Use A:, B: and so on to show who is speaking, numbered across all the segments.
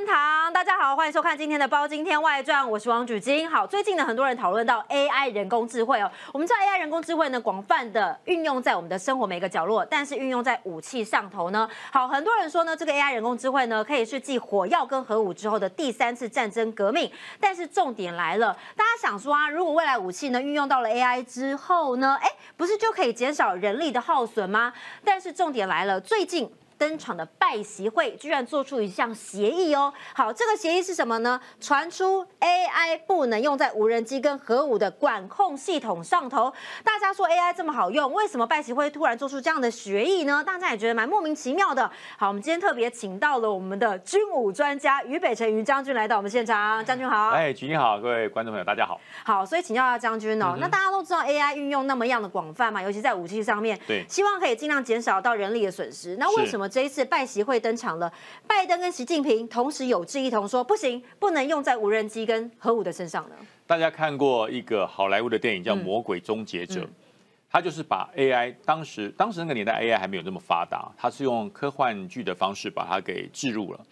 A: 观堂，大家好，欢迎收看今天的《包青天外传》，我是王芷晶。好，最近呢，很多人讨论到 AI 人工智慧哦。我们知道 AI 人工智慧呢，广泛的运用在我们的生活每个角落，但是运用在武器上头呢，好，很多人说呢，这个 AI 人工智慧呢，可以是继火药跟核武之后的第3次战争革命。但是重点来了，大家想说啊，如果未来武器呢运用到了 AI 之后呢，不是就可以减少人力的耗损吗？但是重点来了，最近登场的拜习会居然做出一项协议哦。好，这个协议是什么呢？传出 AI 不能用在无人机跟核武的管控系统上头。大家说 AI 这么好用，为什么拜习会突然做出这样的协议呢？大家也觉得蛮莫名其妙的。好，我们今天特别请到了我们的军武专家于北辰于将军来到我们现场。将军好。
B: 芊芊好，各位观众朋友大家好。
A: 好，所以请教一下将军哦，那大家都知道 AI 运用那么样的广泛嘛，尤其在武器上面，
B: 对，
A: 希望可以尽量减少到人力的损失。那为什么这一次拜习会登场了，拜登跟习近平同时有志一同说不行，不能用在无人机跟核武的身上呢？
B: 大家看过一个好莱坞的电影叫《魔鬼终结者》，他就是把 AI 当时那个年代 AI 还没有那么发达，他是用科幻剧的方式把它给置入了。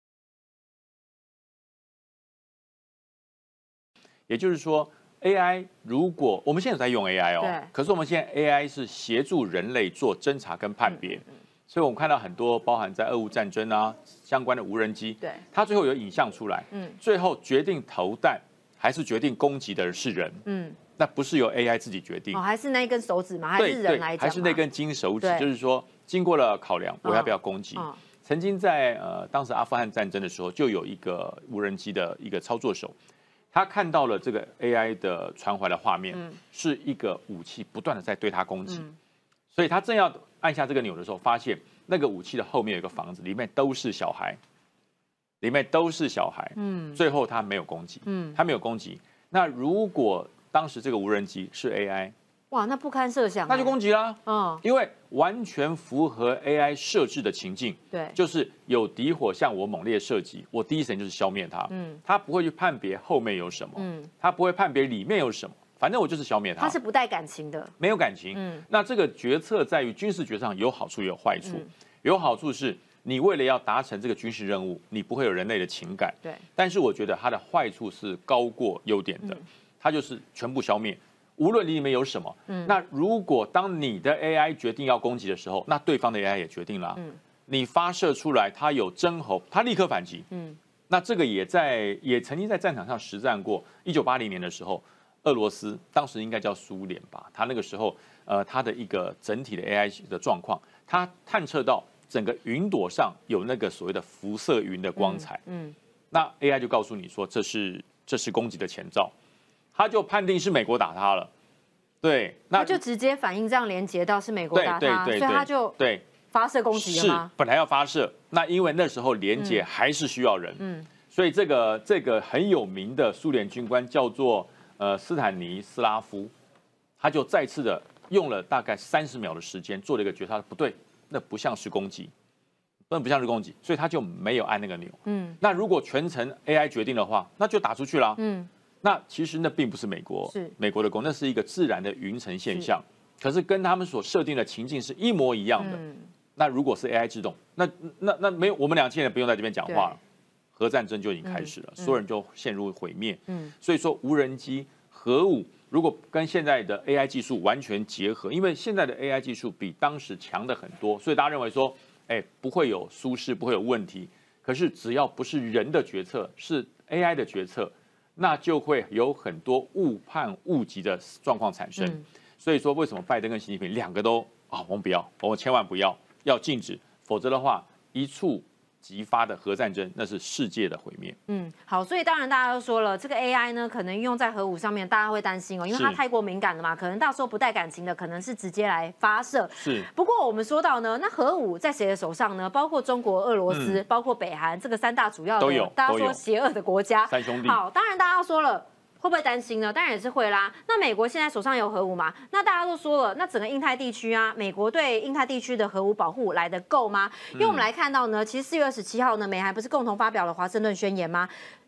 B: 也就是说 ，AI 如果我们现在有在用 AI 哦，可是我们现在 AI 是协助人类做侦查跟判别。所以我们看到很多包含在俄乌战争啊相关的无人机，
A: 对，
B: 它最后有影像出来，最后决定投弹还是决定攻击的是人，那不是由 AI 自己决定，
A: 还是那一根手指吗？还是人来讲？
B: 还是那根金手指？就是说，经过了考量，我要不要攻击？曾经在当时阿富汗战争的时候，就有一个无人机的一个操作手，他看到了这个 AI 的传回来的画面，是一个武器不断的在对他攻击，所以他正要按下这个钮的时候，发现那个武器的后面有一个房子，里面都是小孩，最后他没有攻击，他没有攻击。那如果当时这个无人机是 AI，
A: 哇，那不堪设想，
B: 那就攻击啦，因为完全符合 AI 设置的情境，
A: 对，
B: 就是有敌火向我猛烈射击，我第一时间就是消灭它，他不会去判别后面有什么，他不会判别里面有什么。反正我就是消灭它，
A: 它是不带感情的，
B: 没有感情。那这个决策在于军事决策上有好处也有坏处。有好处是你为了要达成这个军事任务，你不会有人类的情感。
A: 对。
B: 但是我觉得它的坏处是高过优点的，它就是全部消灭，无论你里面有什么。那如果当你的 AI 决定要攻击的时候，那对方的 AI 也决定了。你发射出来，它有征候，它立刻反击。那这个也曾经在战场上实战过。1980年的时候。俄罗斯当时应该叫苏联吧，他那个时候，他的一个整体的 AI 的状况，他探测到整个云朵上有那个所谓的辐射云的光彩，那 AI 就告诉你说这是攻击的前兆，他就判定是美国打他了，对，
A: 那就直接反应这样连接到是美国打他，所以他就发射攻击了吗？
B: 是本来要发射，那因为那时候连接还是需要人，所以这个很有名的苏联军官叫做。斯坦尼斯拉夫，他就再次的用了大概30秒的时间做了一个决策，不对，那不像是攻击，不像是攻击，所以他就没有按那个钮。那如果全程 AI 决定的话，那就打出去了。那其实那并不是美国的功，那是一个自然的云层现象，可是跟他们所设定的情境是一模一样的。那如果是 AI 制动，那没有，我们2000人不用在这边讲话了。核战争就已经开始了，所有人就陷入毁灭。所以说无人机、核武如果跟现在的 AI 技术完全结合，因为现在的 AI 技术比当时强的很多，所以大家认为说，不会有疏失，不会有问题。可是只要不是人的决策，是 AI 的决策，那就会有很多误判误击的状况产生。所以说，为什么拜登跟习近平两个都我们不要，我们千万不要，要禁止，否则的话一触即发的核战争，那是世界的毁灭。
A: 好，所以当然大家都说了，这个 AI 呢，可能用在核武上面，大家会担心哦，因为它太过敏感了嘛，可能到时候不带感情的，可能是直接来发射。
B: 是。
A: 不过我们说到呢，那核武在谁的手上呢？包括中国、俄罗斯，包括北韩，这个3大主要的
B: 都有，
A: 大家说邪恶的国家，
B: 三兄弟。
A: 好，当然大家说了。会不会担心呢？当然也是会啦。那美国现在手上有核武嘛？那大家都说了，那整个印太地区啊，美国对印太地区的核武保护来得够吗？因为我们来看到呢，其实4月27号呢，美韩不是共同发表了华盛顿宣言吗？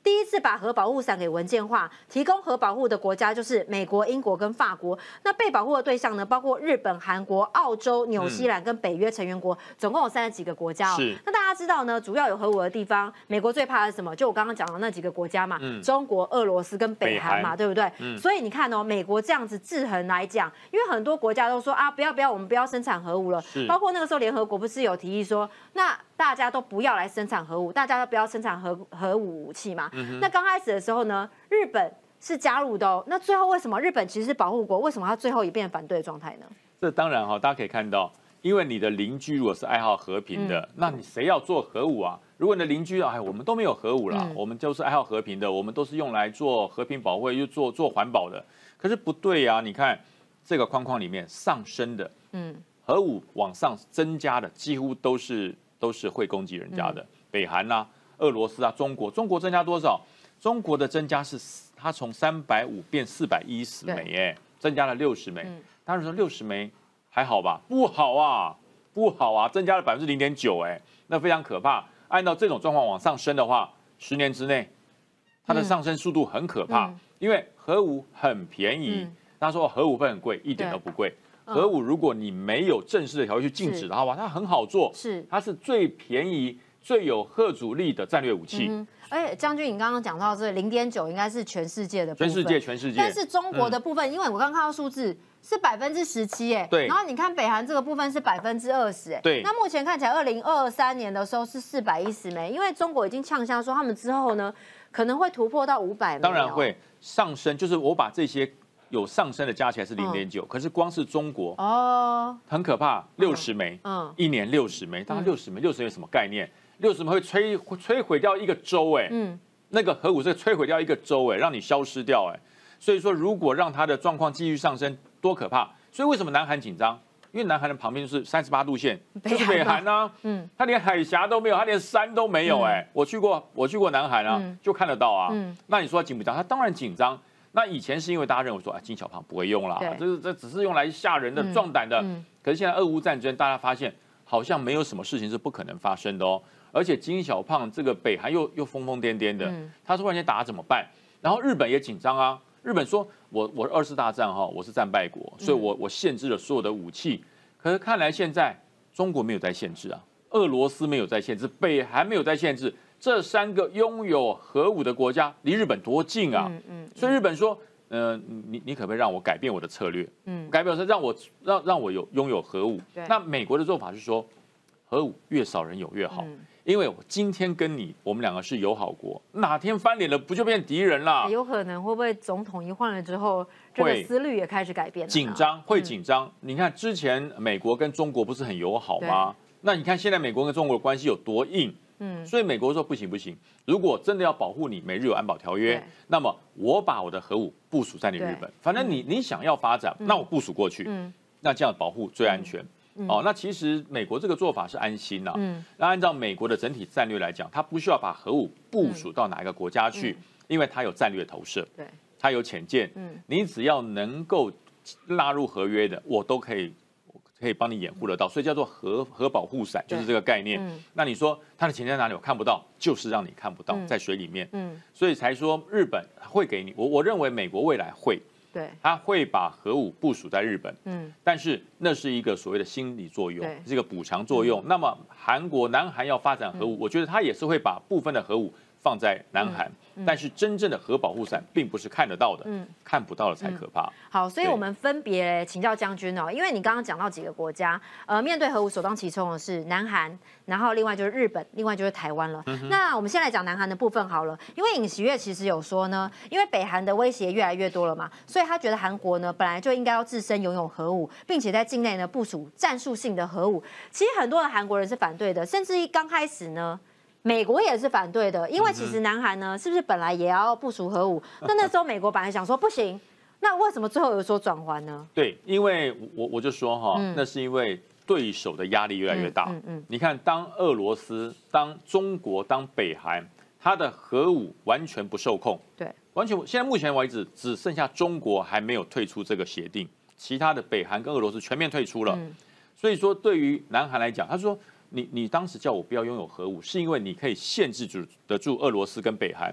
A: 第一次把核保护伞给文件化，提供核保护的国家就是美国、英国跟法国。那被保护的对象呢，包括日本、韩国、澳洲、纽西兰跟北约成员国，总共有30几个国家哦。那大家知道呢，主要有核武的地方，美国最怕的是什么？就我刚刚讲的那几个国家嘛，中国、俄罗斯跟北韩嘛，对不对？所以你看哦，美国这样子制衡来讲，因为很多国家都说啊，不要，我们不要生产核武了。包括那个时候联合国不是有提议说，那大家都不要来生产核武，大家都不要生产核武武器嘛。那刚开始的时候呢，日本是加入的哦。那最后为什么日本其实是保护国？为什么它最后也变成反对的状态呢？
B: 这当然大家可以看到，因为你的邻居如果是爱好和平的，那你谁要做核武啊？如果你的邻居我们都没有核武啦，我们就是爱好和平的，我们都是用来做和平保卫又做环保的。可是不对啊，你看这个框框里面上升的，核武往上增加的几乎都是会攻击人家的，北韩啊、俄罗斯啊、中国增加多少？中国的增加是它从350变410枚，增加了60枚。当然说60枚还好吧？不好啊，增加了0.9%，那非常可怕。按照这种状况往上升的话，10年之内，它的上升速度很可怕。因为核武很便宜，大家说核武会很贵，一点都不贵。核武如果你没有正式的条约去禁止的话，它很好做，它是最便宜、最有吓阻力的战略武器。
A: 而且将军，你刚刚讲到这0.9应该是全世界的部分，
B: 全世界。
A: 但是中国的部分，因为我刚看到数字是17%，
B: 对。
A: 然后你看北韩这个部分是20%，
B: 对。
A: 那目前看起来2023年的时候是410枚，因为中国已经呛下说他们之后呢可能会突破到500枚。
B: 当然会上升，就是我把这些有上升的加起来是0.9，可是光是中国很可怕，60枚，一年60枚，大概60枚什么概念？60枚会摧毁掉一个州，那个核武是摧毁掉一个州，让你消失掉，所以说如果让它的状况继续上升，多可怕！所以为什么南韩紧张？因为南韩的旁边就是38度线，就是北韩啊，它连海峡都没有，它连山都没有，我去过南韩啊，就看得到啊。那你说它紧不紧张？它当然紧张。那以前是因为大家认为说金小胖不会用啦，这只是用来吓人的、壮胆的。可是现在俄乌战争，大家发现好像没有什么事情是不可能发生的哦。而且金小胖这个北韩又疯疯癫癫的，他突然间打怎么办？然后日本也紧张啊，日本说我2次大战我是战败国，所以我限制了所有的武器。可是看来现在中国没有在限制啊，俄罗斯没有在限制，北韩没有在限制。这3个拥有核武的国家离日本多近啊！所以日本说，你可不可以让我改变我的策略？改变是让我拥有核武。那美国的做法是说，核武越少人有越好，因为我今天跟我们2个是友好国，哪天翻脸了不就变敌人啦？
A: 有可能会不会总统一换了之后，这个思虑也开始改变了？
B: 紧张会紧张。你看之前美国跟中国不是很友好吗？那你看现在美国跟中国的关系有多硬？所以美国说不行，如果真的要保护你美日有安保条约，那么我把我的核武部署在你日本，反正你想要发展，那我部署过去，那这样保护最安全。那其实美国这个做法是安心啦。那按照美国的整体战略来讲，它不需要把核武部署到哪一个国家去，因为它有战略投射，它有潜舰，你只要能够纳入合约的，我都可以帮你掩护得到，所以叫做核保护伞，就是这个概念。那你说它的潜舰在哪里？我看不到，就是让你看不到，在水里面。所以才说日本会给你。我认为美国未来会，他会把核武部署在日本。但是那是一个所谓的心理作用，是一个补偿作用。那么南韩要发展核武，我觉得他也是会把部分的核武放在南韩。但是真正的核保护伞并不是看得到的，看不到的才可怕。
A: 好，所以我们分别请教将军哦，因为你刚刚讲到几个国家，面对核武首当其冲的是南韩，然后另外就是日本，另外就是台湾了。那我们先来讲南韩的部分好了，因为尹锡悦其实有说呢，因为北韩的威胁越来越多了嘛，所以他觉得韩国呢本来就应该要自身拥有核武，并且在境内呢部署战术性的核武。其实很多的韩国人是反对的，甚至刚开始呢。美国也是反对的，因为其实南韩呢，是不是本来也要部署核武？那时候美国本来想说不行，那为什么最后有所转圜呢？
B: 对，因为我就说那是因为对手的压力越来越大。你看，当俄罗斯、当中国、当北韩，它的核武完全不受控，完全现在目前为止只剩下中国还没有退出这个协定，其他的北韩跟俄罗斯全面退出了。所以说，对于南韩来讲，他说。你当时叫我不要拥有核武，是因为你可以限制得住俄罗斯跟北韩，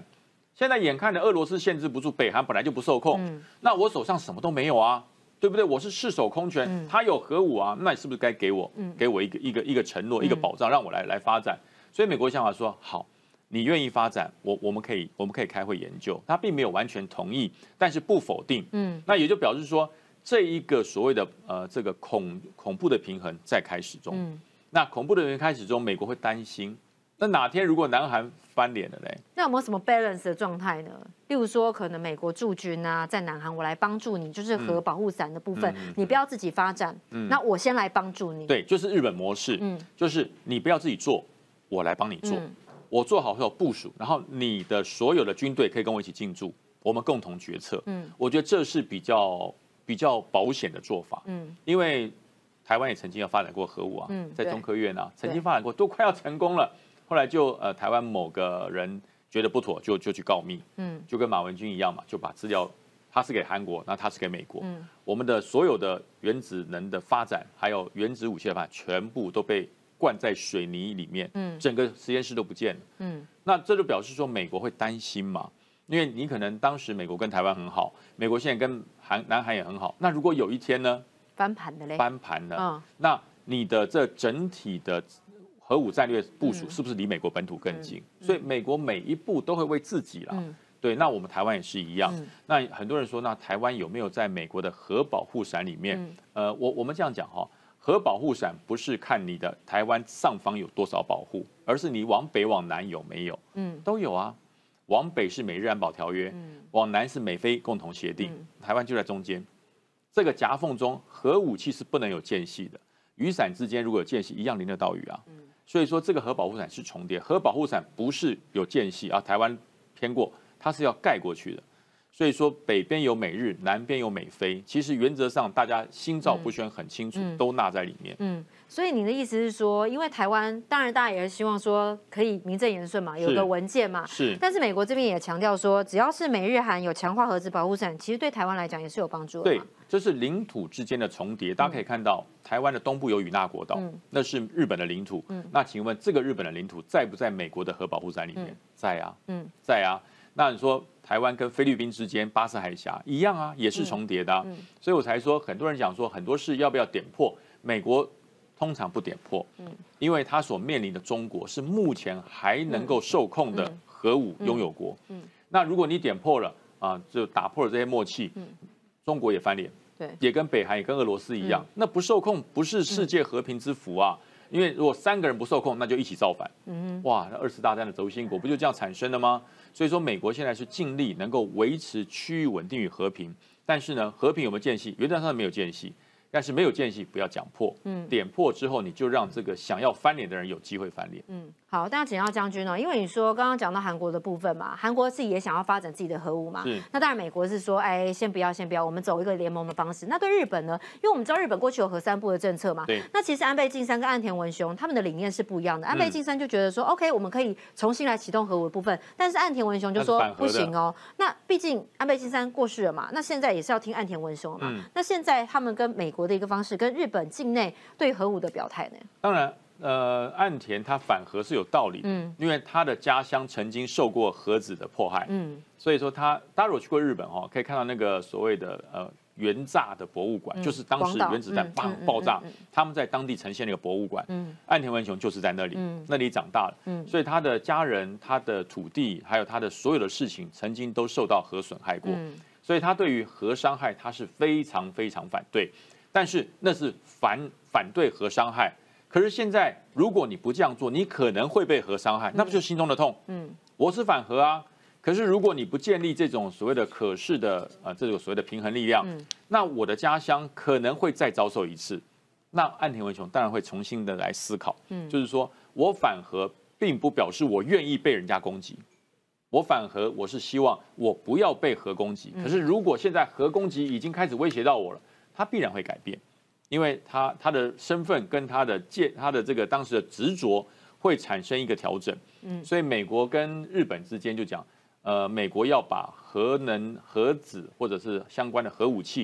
B: 现在眼看着俄罗斯限制不住，北韩本来就不受控，那我手上什么都没有啊，对不对？我是赤手空拳，他有核武啊，那你是不是该给我一个承诺，一个保障，让我来发展？所以美国想法说，好，你愿意发展，我们可以开会研究。他并没有完全同意，但是不否定。那也就表示说，这一个所谓的这个恐怖的平衡在开始中。那恐怖的平衡开始中，美国会担心。那哪天如果南韩翻脸了嘞？
A: 那有没有什么 balance 的状态呢？例如说，可能美国驻军啊，在南韩，我来帮助你，就是核保护伞的部分，你不要自己发展，那我先来帮助你。
B: 对，就是日本模式，就是你不要自己做，我来帮你做，我做好后部署，然后你的所有的军队可以跟我一起进驻，我们共同决策。我觉得这是比较保险的做法。因为台湾也曾经要发展过核武啊，在中科院啊，曾经发展过，都快要成功了。后来就台湾某个人觉得不妥，就去告密，就跟马文君一样嘛，就把资料他是给韩国，那他是给美国，我们的所有的原子能的发展，还有原子武器的发展，全部都被灌在水泥里面，整个实验室都不见了，那这就表示说美国会担心嘛，因为你可能当时美国跟台湾很好，美国现在跟南韩也很好，那如果有一天呢
A: 翻盘的嘞，
B: 翻盘了，那你的这整体的核武战略部署是不是离美国本土更近？所以美国每一步都会为自己啦。对，那我们台湾也是一样。那很多人说，那台湾有没有在美国的核保护伞里面？我们这样讲哈，核保护伞不是看你的台湾上方有多少保护，而是你往北往南有没有？都有啊。往北是美日安保条约，往南是美菲共同协定，台湾就在中间。这个夹缝中，核武器是不能有间隙的。雨伞之间如果有间隙，一样淋得到雨啊。所以说，这个核保护伞是重叠，核保护伞不是有间隙啊，台湾偏过，它是要盖过去的。所以说，北边有美日，南边有美菲，其实原则上大家心照不宣，很清楚，都纳在里面。
A: 所以你的意思是说，因为台湾当然大家也是希望说可以名正言顺嘛，有个文件嘛。
B: 是。
A: 但是美国这边也强调说，只要是美日韩有强化核子保护伞，其实对台湾来讲也是有帮助的。
B: 对，这是领土之间的重叠。大家可以看到，台湾的东部有与那国岛，那是日本的领土。那请问这个日本的领土在不在美国的核保护伞里面？在啊，在啊。那你说台湾跟菲律宾之间巴士海峡一样啊，也是重叠的。所以我才说，很多人讲说很多事要不要点破，美国通常不点破，因为他所面临的中国是目前还能够受控的核武拥有国。那如果你点破了啊，就打破了这些默契，中国也翻脸，也跟北韩也跟俄罗斯一样，那不受控不是世界和平之福啊。因为如果3个人不受控，那就一起造反。哇，那2次大战的轴心国不就这样产生的吗？所以说，美国现在是尽力能够维持区域稳定与和平，但是呢，和平有没有间隙？原则上没有间隙。但是没有间隙，不要讲破，点破之后，你就让这个想要翻脸的人有机会翻脸。
A: 好，但要请教将军哦，因为你说刚刚讲到韩国的部分嘛，韩国自己也想要发展自己的核武嘛，那当然美国是说，哎，先不要，我们走一个联盟的方式。那对日本呢？因为我们知道日本过去有核3部的政策嘛，那其实安倍晋三跟岸田文雄他们的理念是不一样的。安倍晋三就觉得说 ，OK， 我们可以重新来启动核武的部分，但是岸田文雄就说不行哦。那毕竟安倍晋三过世了嘛，那现在也是要听岸田文雄嘛。那现在他们跟美国的一个方式，跟日本境内对核武的表态呢？
B: 当然。岸田他反核是有道理，因为他的家乡曾经受过核子的迫害，所以说大家如果去过日本可以看到那个所谓的原炸的博物馆，就是当时原子弹爆炸，他们在当地呈现了一个博物馆，岸田文雄就是在那里长大了，所以他的家人、他的土地，还有他的所有的事情，曾经都受到核损害过，所以他对于核伤害他是非常非常反对，但是那是反对核伤害。可是现在，如果你不这样做，你可能会被核伤害，那不就心中的痛？我是反核啊。可是如果你不建立这种所谓的可视的这种所谓的平衡力量，那我的家乡可能会再遭受一次。那岸田文雄当然会重新的来思考，就是说我反核，并不表示我愿意被人家攻击。我反核，我是希望我不要被核攻击。可是如果现在核攻击已经开始威胁到我了，他必然会改变。因为他的身份跟他的这个当时的执着会产生一个调整，所以美国跟日本之间就讲，美国要把核子或者是相关的核武器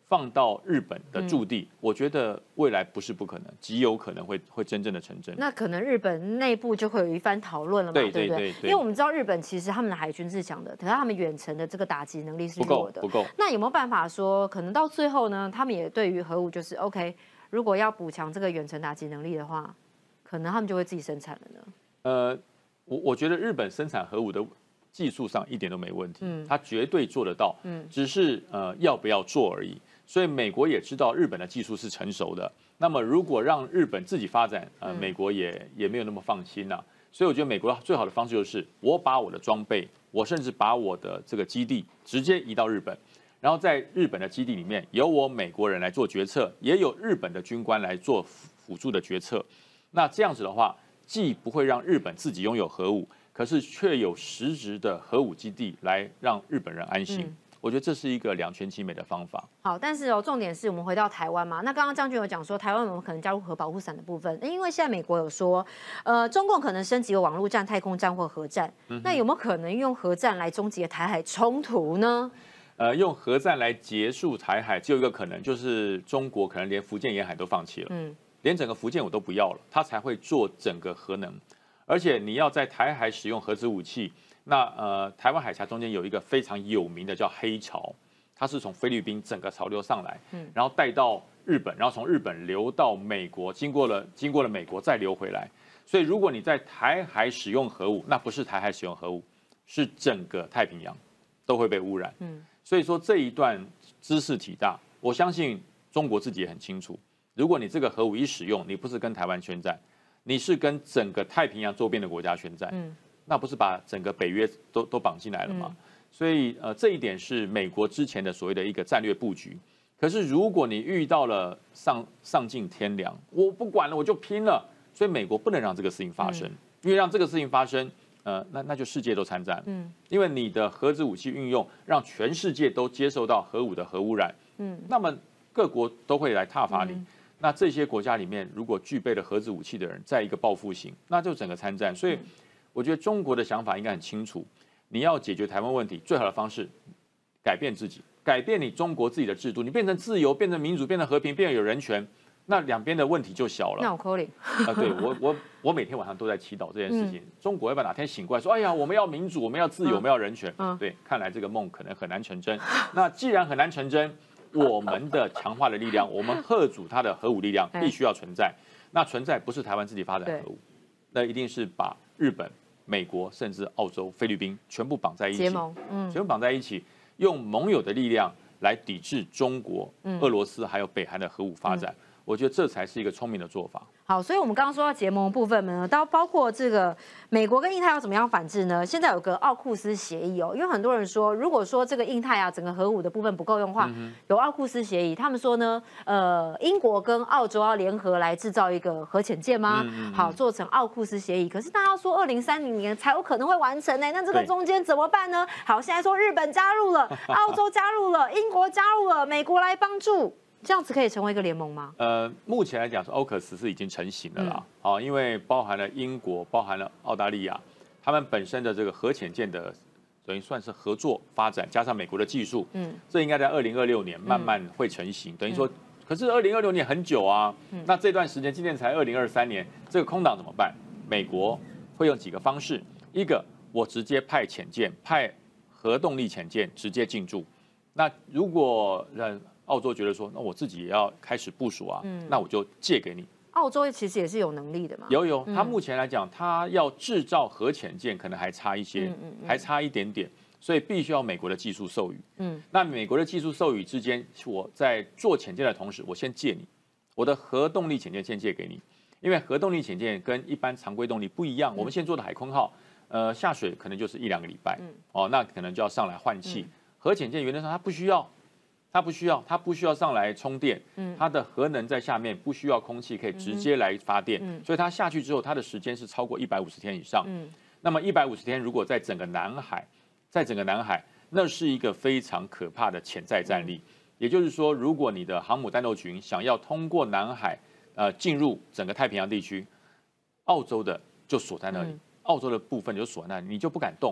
B: 放到日本的驻地，我觉得未来不是不可能，极有可能会真正的成真。
A: 那可能日本内部就会有一番讨论了嘛，对不对？因为我们知道日本其实他们的海军是强的，可是他们远程的这个打击能力是弱的，
B: 不够。那
A: 有没有办法说，可能到最后呢，他们也对于核武就是 OK， 如果要补强这个远程打击能力的话，可能他们就会自己生产了呢？
B: 我觉得日本生产核武的技术上一点都没问题，他绝对做得到，只是要不要做而已。所以美国也知道日本的技术是成熟的，那么如果让日本自己发展，美国也没有那么放心呐。所以我觉得美国最好的方式就是我把我的装备，我甚至把我的这个基地直接移到日本，然后在日本的基地里面由我美国人来做决策，也有日本的军官来做辅助的决策。那这样子的话，既不会让日本自己拥有核武，可是却有实质的核武基地来让日本人安心。我觉得这是一个两全其美的方法。
A: 好，但是重点是我们回到台湾嘛。那刚刚将军有讲说，台湾我们可能加入核保护伞的部分，因为现在美国有说，中共可能升级网络战、太空战或核战。那有没有可能用核战来终结台海冲突呢？
B: 用核战来结束台海，只有一个可能，就是中国可能连福建沿海都放弃了，连整个福建我都不要了，他才会做整个核能。而且你要在台海使用核子武器。那台湾海峡中间有一个非常有名的叫黑潮，它是从菲律宾整个潮流上来，然后带到日本，然后从日本流到美国，经过了美国再流回来。所以如果你在台海使用核武，那不是台海使用核武，是整个太平洋都会被污染。所以说这一段知识体大，我相信中国自己也很清楚，如果你这个核武一使用，你不是跟台湾宣战，你是跟整个太平洋周边的国家宣战。那不是把整个北约都绑进来了吗？所以这一点是美国之前的所谓的一个战略布局。可是如果你遇到了丧尽天良，我不管了，我就拼了。所以美国不能让这个事情发生，因为让这个事情发生，那就世界都参战。因为你的核子武器运用让全世界都接受到核武的核污染，那么各国都会来挞伐你。那这些国家里面如果具备了核子武器的人，在一个报复性，那就整个参战。所以。我觉得中国的想法应该很清楚，你要解决台湾问题，最好的方式改变自己，改变你中国自己的制度，你变成自由，变成民主，变成和平，变成有人权，那两边的问题就小了。
A: 那我扣零
B: 对我每天晚上都在祈祷这件事情，中国要不要哪天醒过来说，哎呀，我们要民主，我们要自由，我们要人权？对，看来这个梦可能很难成真。那既然很难成真，我们的强化的力量，我们嚇阻它的核武力量必须要存在。那存在不是台湾自己发展核武，那一定是把日本、美国甚至澳洲、菲律宾全部绑在一起，
A: 结盟，
B: 全部绑在一起，用盟友的力量来抵制中国、俄罗斯还有北韩的核武发展。我觉得这才是一个聪明的做法。
A: 好，所以我们刚刚说到结盟的部分呢，到包括这个美国跟印太要怎么样反制呢？现在有个奥库斯协议哦，因为很多人说，如果说这个印太啊整个核武的部分不够用的话，有奥库斯协议，他们说呢，英国跟澳洲要联合来制造一个核潜舰吗？好，做成奥库斯协议。可是大家说2030年才有可能会完成呢，那这个中间怎么办呢？好，现在说日本加入了，澳洲加入了，英国加入了，美国来帮助。这样子可以成为一个联盟吗？
B: 目前来讲，是AUKUS是已经成型了啦。因为包含了英国，包含了澳大利亚，他们本身的这个核潜舰的等于算是合作发展，加上美国的技术，这应该在2026年慢慢会成型。等于说，可是2026年很久啊，那这段时间今年才2023年，这个空档怎么办？美国会用几个方式，一个我直接派潜舰，派核动力潜舰直接进驻。那如果澳洲觉得说，那我自己也要开始部署啊，那我就借给你。
A: 澳洲其实也是有能力的嘛。
B: 有，他目前来讲，他要制造核潜舰可能还差一些，还差一点点，所以必须要美国的技术授予。那美国的技术授予之间，我在做潜舰的同时，我先借你，我的核动力潜舰先借给你，因为核动力潜舰跟一般常规动力不一样，我们现在做的海鲲号，下水可能就是1-2个礼拜，那可能就要上来换气。核潜舰原则上它不需要。它不需要上来充电，它的核能在下面不需要空气，可以直接来发电，所以它下去之后，它的时间是超过150天以上。那么150天如果在整个南海，那是一个非常可怕的潜在战力。也就是说，如果你的航母战斗群想要通过南海，进入整个太平洋地区，澳洲的就锁在那里，澳洲的部分就锁在那里，你就不敢动。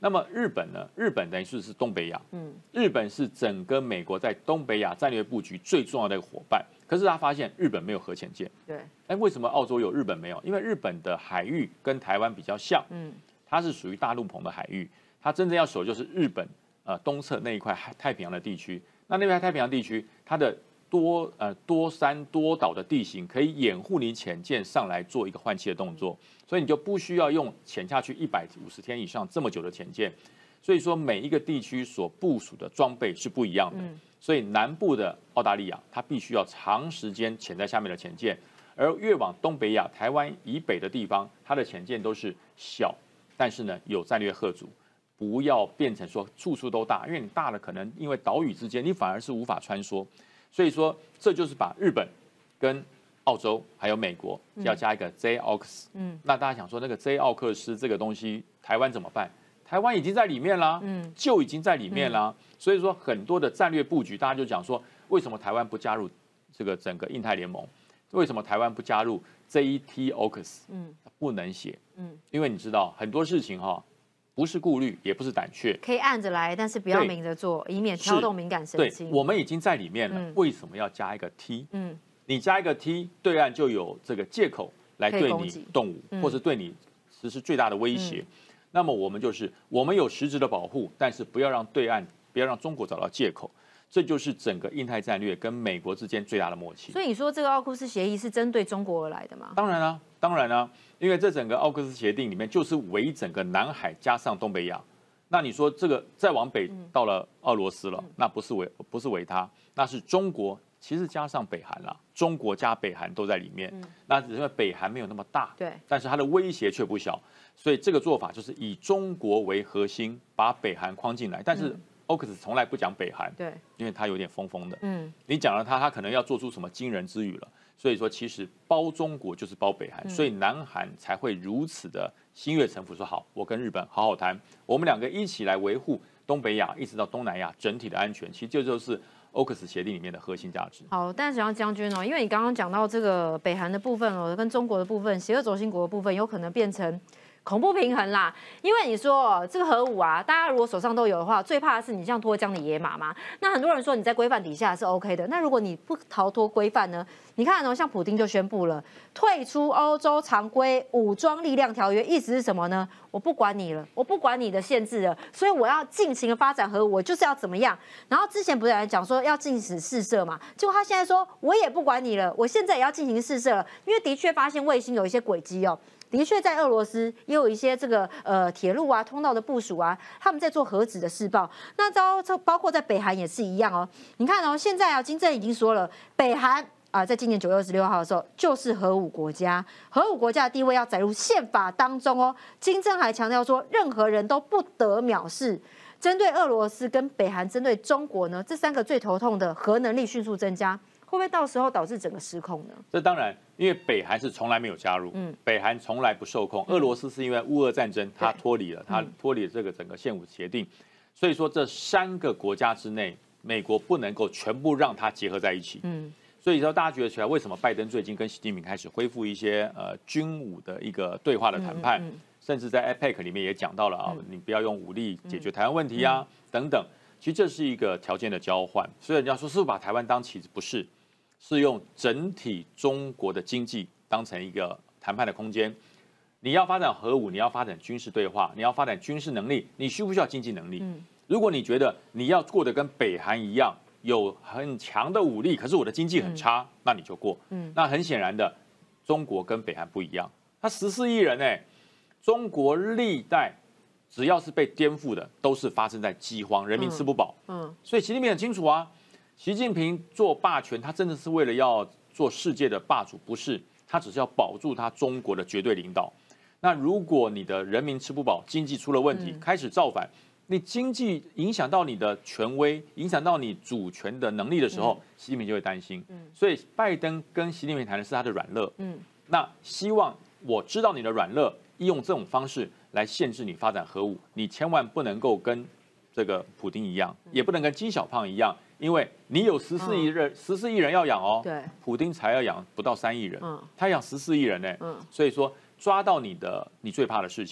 B: 那么日本呢？日本等于是东北亚，日本是整个美国在东北亚战略布局最重要的一个伙伴。可是他发现日本没有核潜舰，
A: 对，
B: 哎，为什么澳洲有，日本没有？因为日本的海域跟台湾比较像，它是属于大陆棚的海域，它真正要守就是日本东侧那一块太平洋的地区。那块太平洋地区，它的多山多岛的地形可以掩护你潜舰上来做一个换气的动作，所以你就不需要用潜下去150天以上这么久的潜舰。所以说每一个地区所部署的装备是不一样的。所以南部的澳大利亚，它必须要长时间潜在下面的潜舰，而越往东北亚、台湾以北的地方，它的潜舰都是小，但是呢有战略吓阻。不要变成说处处都大，因为你大了，可能因为岛屿之间，你反而是无法穿梭。所以说，这就是把日本跟澳洲还有美国要加一个 JAUKUS。那大家想说，那个 JAUKUS 这个东西，台湾怎么办？台湾已经在里面啦，就已经在里面啦。所以说，很多的战略布局，大家就讲说，为什么台湾不加入这个整个印太联盟？为什么台湾不加入 JETAUKUS？不能写，因为你知道很多事情哈。不是顾虑，也不是胆怯，
A: 可以按着来，但是不要明着做，以免挑动敏感神经。
B: 对，我们已经在里面了，为什么要加一个 T？你加一个 T， 对岸就有这个借口来对你动武，或是对你实施最大的威胁。那么我们有实质的保护，但是不要让对岸，不要让中国找到借口。这就是整个印太战略跟美国之间最大的默契。
A: 所以你说这个奥库斯协议是针对中国而来的吗？
B: 当然啊，当然啊，因为这整个奥克斯协定里面就是围整个南海加上东北亚。那你说这个再往北到了俄罗斯了，那不是围它，那是中国，其实加上北韩了，中国加北韩都在里面。那只是因为北韩没有那么大，
A: 对，
B: 但是它的威胁却不小，所以这个做法就是以中国为核心，把北韩框进来，但是。AUKUS 从来不讲北韩，
A: 对，
B: 因为他有点疯的，你讲了他可能要做出什么惊人之语了，所以说其实包中国就是包北韩，所以南韩才会如此的心悦诚服，说好，我跟日本好好谈，我们两个一起来维护东北亚一直到东南亚整体的安全，其实这就是AUKUS 协定里面的核心价值。
A: 好，但是想要将军因为你刚刚讲到这个北韩的部分跟中国的部分，邪恶轴心国的部分，有可能变成。恐怖平衡啦，因为你说这个核武啊，大家如果手上都有的话，最怕的是你像脱缰的野马嘛。那很多人说你在规范底下是 OK 的，那如果你不逃脱规范呢？你看像普丁就宣布了退出欧洲常规武装力量条约，意思是什么呢？我不管你了，我不管你的限制了，所以我要尽情的发展核武，我就是要怎么样。然后之前不是有人讲说要禁止试射嘛，结果他现在说我也不管你了，我现在也要进行试射了，因为的确发现卫星有一些轨迹的确，在俄罗斯也有一些这个铁路啊、通道的部署啊，他们在做核子的试爆。那包括在北韩也是一样你看现在金正恩已经说了，北韩在今年9月26号的时候就是核武国家，核武国家的地位要载入宪法当中金正恩还强调说，任何人都不得藐视。针对俄罗斯跟北韩，针对中国呢，这3个最头痛的核能力迅速增加。会不会到时候导致整个失控呢？
B: 这当然，因为北韩是从来没有加入，北韩从来不受控。俄罗斯是因为乌俄战争，它脱离了，这个整个限武协定，所以说这3个国家之内，美国不能够全部让它结合在一起。所以说大家觉得起来，为什么拜登最近跟习近平开始恢复一些军武的一个对话的谈判，甚至在 APEC 里面也讲到了你不要用武力解决台湾问题啊等等。其实这是一个条件的交换，所以人家说是不是把台湾当棋子？不是。是用整体中国的经济当成一个谈判的空间。你要发展核武，你要发展军事对话，你要发展军事能力，你需不需要经济能力？如果你觉得你要过得跟北韩一样，有很强的武力，可是我的经济很差，那你就过。那很显然的，中国跟北韩不一样，他14亿人中国历代只要是被颠覆的，都是发生在饥荒，人民吃不饱。所以习近平很清楚啊。习近平做霸权，他真的是为了要做世界的霸主，不是？他只是要保住他中国的绝对领导。那如果你的人民吃不饱，经济出了问题，开始造反，你经济影响到你的权威，影响到你主权的能力的时候，习近平就会担心。所以拜登跟习近平谈的是他的软肋。那希望我知道你的软肋，用这种方式来限制你发展核武，你千万不能够跟这个普丁一样，也不能跟金小胖一样。因为你有14亿人要养
A: 对，
B: 普丁才要养不到3亿人，他养14亿人所以说抓到你最怕的事情，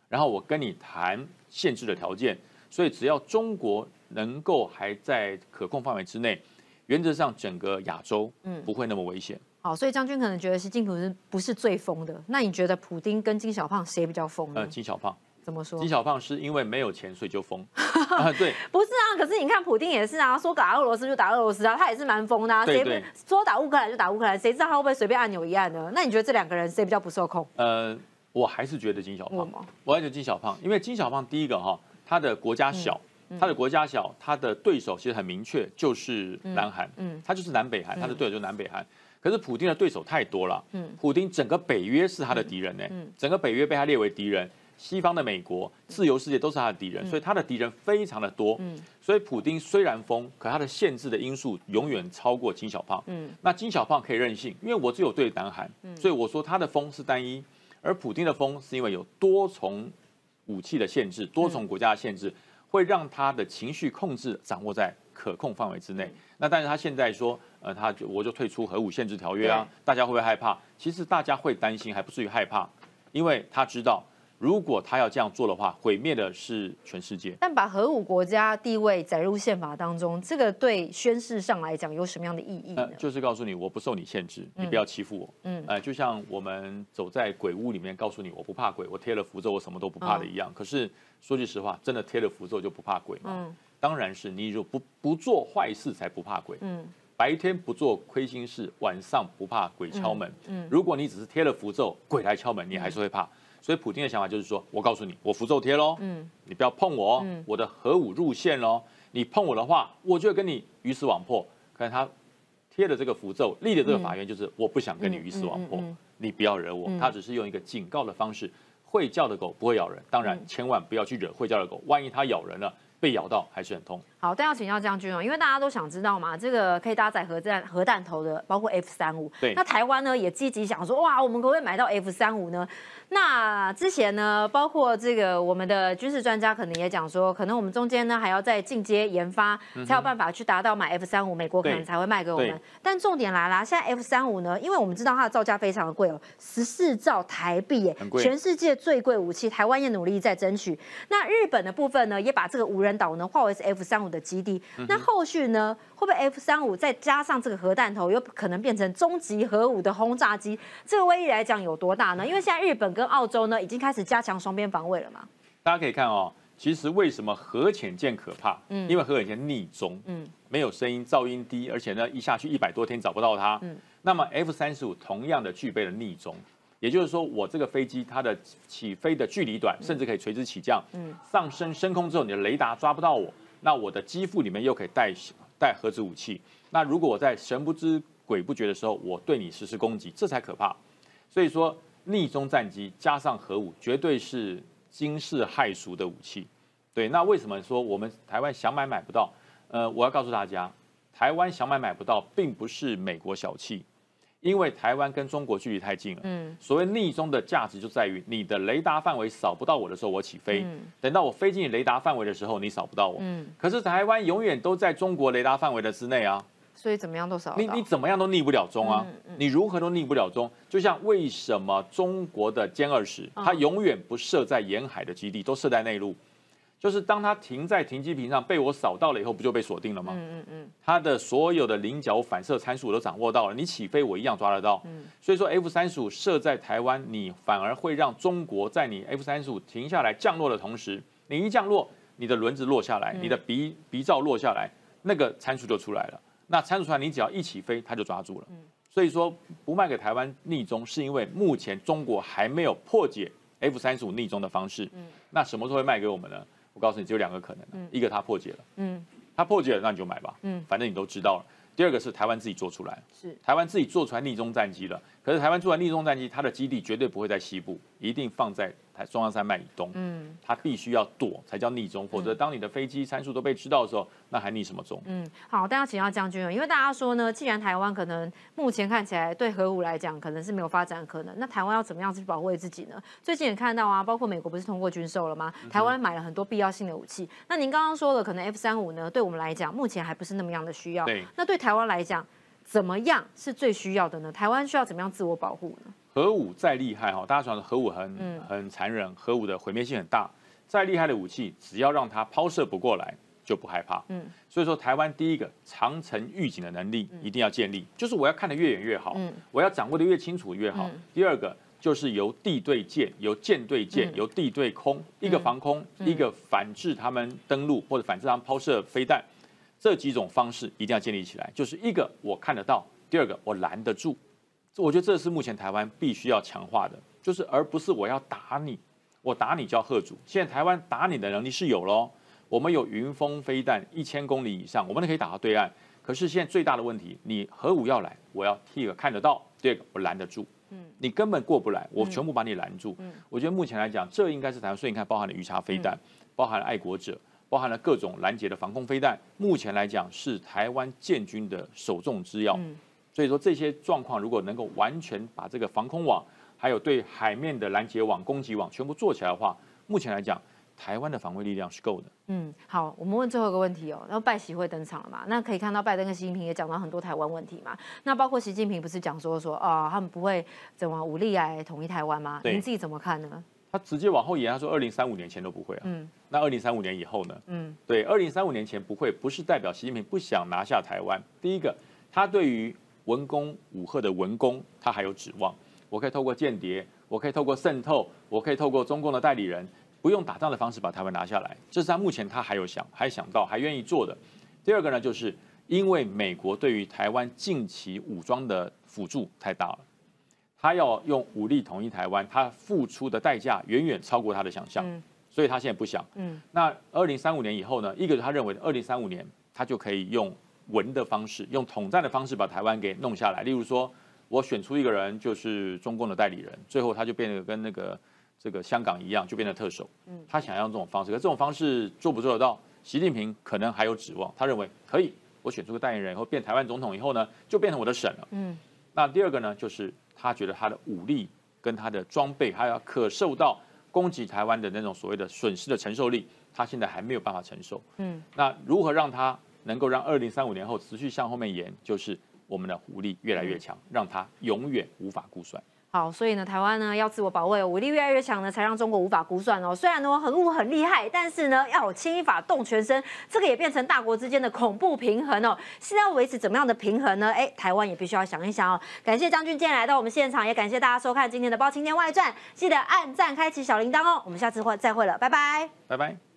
B: 然后我跟你谈限制的条件，所以只要中国能够还在可控范围之内，原则上整个亚洲不会那么危险。
A: 好，所以将军可能觉得习近平不是最疯的，那你觉得普丁跟金小胖谁比较疯呢？
B: 金小胖。
A: 怎么说？
B: 金小胖是因为没有钱，所以就疯。对，
A: 不是啊。可是你看普丁也是啊，说打俄罗斯就打俄罗斯啊，他也是蛮疯的啊。谁说打乌克兰就打乌克兰，谁知道他会不会随便按钮一按呢？那你觉得这两个人谁比较不受控？
B: 我还是觉得金小胖。我还是觉得金小胖，因为金小胖第一个哈，他的国家小，他的对手其实很明确，就是南韩。他就是南北韩，他的对手就是南北韩。可是普丁的对手太多了。普丁整个北约是他的敌人呢，整个北约被他列为敌人。西方的美国、自由世界都是他的敌人，所以他的敌人非常的多。所以普丁虽然疯，可他的限制的因素永远超过金小胖。那金小胖可以任性，因为我只有对南韩，所以我说他的疯是单一，而普丁的疯是因为有多重武器的限制、多重国家的限制，会让他的情绪控制掌握在可控范围之内。那但是他现在说，我就退出核武限制条约啊，大家会不会害怕？其实大家会担心，还不至于害怕，因为他知道。如果他要这样做的话，毁灭的是全世界。
A: 但把核武国家地位载入宪法当中，这个对宣誓上来讲有什么样的意义呢？
B: 就是告诉你，我不受你限制，你不要欺负我。就像我们走在鬼屋里面，告诉你我不怕鬼，我贴了符咒，我什么都不怕的一样。可是说句实话，真的贴了符咒就不怕鬼吗？当然是，你如果不做坏事才不怕鬼。白天不做亏心事，晚上不怕鬼敲门。如果你只是贴了符咒，鬼来敲门，你还是会怕。所以普丁的想法就是说，我告诉你，我符咒贴喽，你不要碰我哦，我的核武入线喽，你碰我的话，我就会跟你鱼死网破。可是他贴的这个符咒，立的这个法院就是我不想跟你鱼死网破，你不要惹我。他只是用一个警告的方式，会叫的狗不会咬人，当然千万不要去惹会叫的狗，万一它咬人了，被咬到还是很痛。
A: 好，但要请教将军哦，因为大家都想知道嘛，这个可以搭载核弹头的，包括 F-35。
B: 对。
A: 那台湾呢也积极想说，哇，我们可不可以买到 F-35呢？那之前呢，包括这个我们的军事专家可能也讲说，可能我们中间呢还要再进阶研发，才有办法去达到买 F-35，美国可能才会卖给我们。但重点来啦，现在 F-35呢，因为我们知道它的造价非常的贵哦，14兆台币耶，全世界最贵武器，台湾也努力在争取。那日本的部分呢，也把这个无人岛呢划为是 F-35的基地。那后续呢，会不会 F-35再加上这个核弹头，有可能变成终极核武的轰炸机？这个威力来讲有多大呢？因为现在日本跟澳洲呢已经开始加强双边防卫了嘛。
B: 大家可以看哦，其实为什么核潜舰可怕？因为核潜舰匿踪，没有声音，噪音低，而且呢一下去100多天找不到它。那么 F-35同样的具备了匿踪。也就是说，我这个飞机它的起飞的距离短，甚至可以垂直起降。上升升空之后，你的雷达抓不到我，那我的机腹里面又可以带核子武器。那如果我在神不知鬼不觉的时候，我对你实施攻击，这才可怕。所以说，匿踪战机加上核武，绝对是惊世骇俗的武器。对，那为什么说我们台湾想买不到？我要告诉大家，台湾想买不到，并不是美国小气。因为台湾跟中国距离太近了，所谓匿踪的价值就在于你的雷达范围扫不到我的时候，我起飞；等到我飞进你雷达范围的时候，你扫不到我。可是台湾永远都在中国雷达范围的之内啊，
A: 所以怎么样都扫得到。
B: 你怎么样都逆不了中啊，你如何都逆不了中。就像为什么中国的歼20，它永远不设在沿海的基地，都设在内陆。就是当它停在停机坪上被我扫到了以后，不就被锁定了吗？它的所有的棱角反射参数我都掌握到了，你起飞我一样抓得到。所以说 F-35设在台湾，你反而会让中国在你 F-35停下来降落的同时，你一降落，你的轮子落下来，你的鼻罩落下来，那个参数就出来了。那参数出来，你只要一起飞，它就抓住了。所以说不卖给台湾匿踪，是因为目前中国还没有破解 F-35匿踪的方式。那什么时候会卖给我们呢？我告诉你，只有2个可能，一个他破解了，他破解了，那你就买吧，反正你都知道了。第二个是台湾自己做出来，是台湾自己做出来匿踪战机了。可是台湾做完匿踪战机，它的基地绝对不会在西部，一定放在中央山脉以东。它必须要躲才叫匿踪，否则当你的飞机参数都被知道的时候，那还匿什么踪？
A: 好，但要请教将军了，因为大家说呢，既然台湾可能目前看起来对核武来讲可能是没有发展可能，那台湾要怎么样去保卫自己呢？最近也看到啊，包括美国不是通过军售了吗？台湾买了很多必要性的武器。那您刚刚说了，可能 F-35呢，对我们来讲目前还不是那么样的需要。
B: 对，
A: 那对台湾来讲，怎么样是最需要的呢？台湾需要怎么样自我保护呢？
B: 核武再厉害哈，大家传说核武很残忍，核武的毁灭性很大，再厉害的武器，只要让它抛射不过来，就不害怕。所以说台湾第一个长程预警的能力一定要建立，就是我要看得越远越好，我要掌握得越清楚越好。第二个就是由地对舰、由舰对舰、由地对空，一个防空，一个反制他们登陆或者反制他们抛射飞弹，这几种方式一定要建立起来。就是一个我看得到，第二个我拦得住。我觉得这是目前台湾必须要强化的，就是而不是我要打你，我打你就要嚇阻。现在台湾打你的能力是有咯，我们有云峰飞弹1000公里以上，我们都可以打到对岸。可是现在最大的问题，你核武要来，我要第一个看得到，第二个我拦得住。你根本过不来，我全部把你拦住。我觉得目前来讲，这应该是台湾，所以你看，包含了鱼叉飞弹，包含了爱国者，包含了各种拦截的防空飞弹，目前来讲是台湾建军的首重之要。所以说这些状况如果能够完全把这个防空网，还有对海面的拦截网、攻击网全部做起来的话，目前来讲，台湾的防卫力量是够的。
A: 好，我们问最后一个问题哦。然后拜习会登场了嘛？那可以看到拜登跟习近平也讲到很多台湾问题嘛。那包括习近平不是讲说他们不会怎么武力来统一台湾吗？您自己怎么看呢？
B: 他直接往后延，他说2035年前都不会啊。那2035年以后呢？对，2035年前不会，不是代表习近平不想拿下台湾。第一个，他对于文攻武吓的文攻，他还有指望。我可以透过间谍，我可以透过渗透，我可以透过中共的代理人，不用打仗的方式把台湾拿下来。这是他目前他还想到还愿意做的。第二个呢，就是因为美国对于台湾近期武装的辅助太大了，他要用武力统一台湾，他付出的代价远远超过他的想象，所以他现在不想。那2035年以后呢？一个他认为2035年他就可以用文的方式，用统战的方式把台湾给弄下来。例如说，我选出一个人就是中共的代理人，最后他就变得跟这个香港一样，就变成特首。他想要用这种方式，可这种方式做不做得到？习近平可能还有指望，他认为可以。我选出个代言人以后，变台湾总统以后呢，就变成我的省了。那第二个呢，就是他觉得他的武力跟他的装备，还有可受到攻击台湾的那种所谓的损失的承受力，他现在还没有办法承受。那如何让他能够让2035年后持续向后面延，就是我们的武力越来越强，让它永远无法估算。
A: 好，所以呢，台湾呢要自我保卫，武力越来越强呢，才让中国无法估算哦。虽然呢核武很厉害，但是呢要有牵一发动全身，这个也变成大国之间的恐怖平衡哦。现在要维持怎么样的平衡呢？台湾也必须要想一想哦。感谢将军今天来到我们现场，也感谢大家收看今天的《包青天外传》，记得按赞、开启小铃铛哦。我们下次再会了，拜拜，
B: 拜拜。